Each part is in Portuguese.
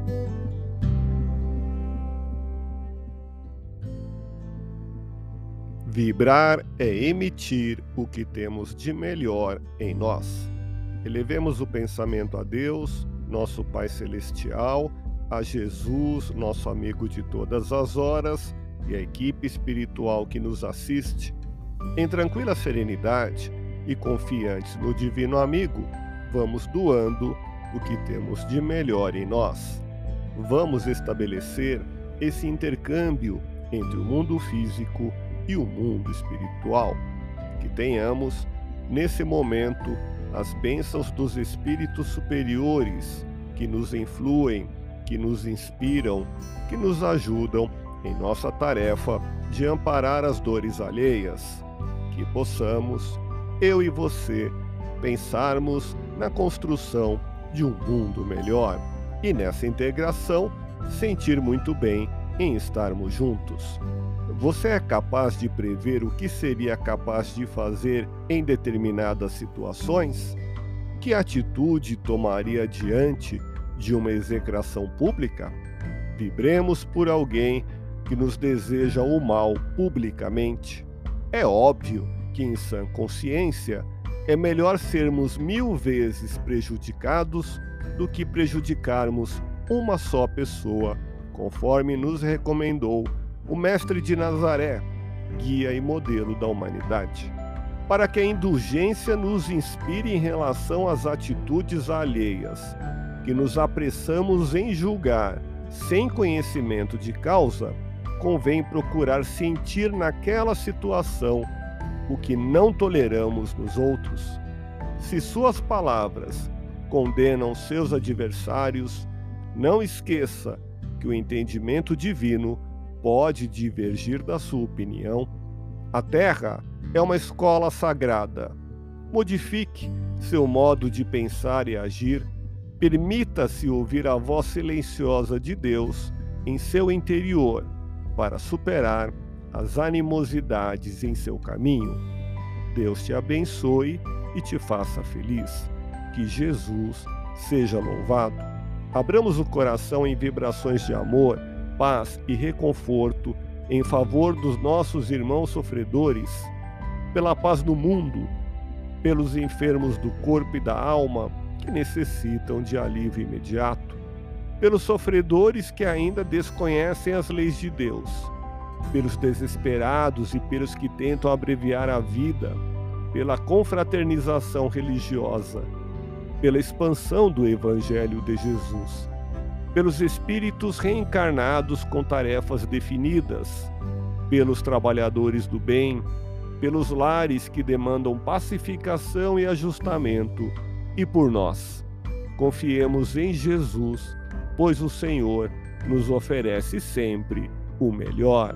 Vibrar é emitir o que temos de melhor em nós. Elevemos o pensamento a Deus, nosso Pai Celestial, a Jesus, nosso amigo de todas as horas, e a equipe espiritual que nos assiste. Em tranquila serenidade e confiantes no Divino Amigo, vamos doando o que temos de melhor em nós. Vamos estabelecer esse intercâmbio entre o mundo físico e o mundo espiritual. Que tenhamos, nesse momento, as bênçãos dos espíritos superiores que nos influem, que nos inspiram, que nos ajudam em nossa tarefa de amparar as dores alheias. Que possamos, eu e você, pensarmos na construção de um mundo melhor e nessa integração sentir muito bem em estarmos juntos. Você é capaz de prever o que seria capaz de fazer em determinadas situações? Que atitude tomaria diante de uma execração pública? Vibremos por alguém que nos deseja o mal publicamente. É óbvio que, em sã consciência, é melhor sermos 1000 vezes prejudicados do que prejudicarmos uma só pessoa, conforme nos recomendou o Mestre de Nazaré, guia e modelo da humanidade. Para que a indulgência nos inspire em relação às atitudes alheias, que nos apressamos em julgar sem conhecimento de causa, convém procurar sentir naquela situação o que não toleramos nos outros. Se suas palavras condenam seus adversários, não esqueça que o entendimento divino pode divergir da sua opinião. A Terra é uma escola sagrada. Modifique seu modo de pensar e agir. Permita-se ouvir a voz silenciosa de Deus em seu interior para superar as animosidades em seu caminho. Deus te abençoe e te faça feliz. Que Jesus seja louvado. Abramos o coração em vibrações de amor, paz e reconforto em favor dos nossos irmãos sofredores, pela paz do mundo, pelos enfermos do corpo e da alma que necessitam de alívio imediato, pelos sofredores que ainda desconhecem as leis de Deus, pelos desesperados e pelos que tentam abreviar a vida, pela confraternização religiosa, pela expansão do Evangelho de Jesus, pelos espíritos reencarnados com tarefas definidas, pelos trabalhadores do bem, pelos lares que demandam pacificação e ajustamento, e por nós. Confiemos em Jesus, pois o Senhor nos oferece sempre o melhor.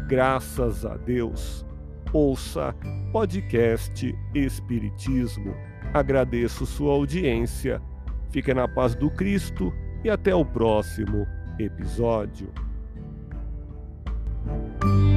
Graças a Deus. Ouça podcast Espiritismo. Agradeço sua audiência. Fique na paz do Cristo e até o próximo episódio.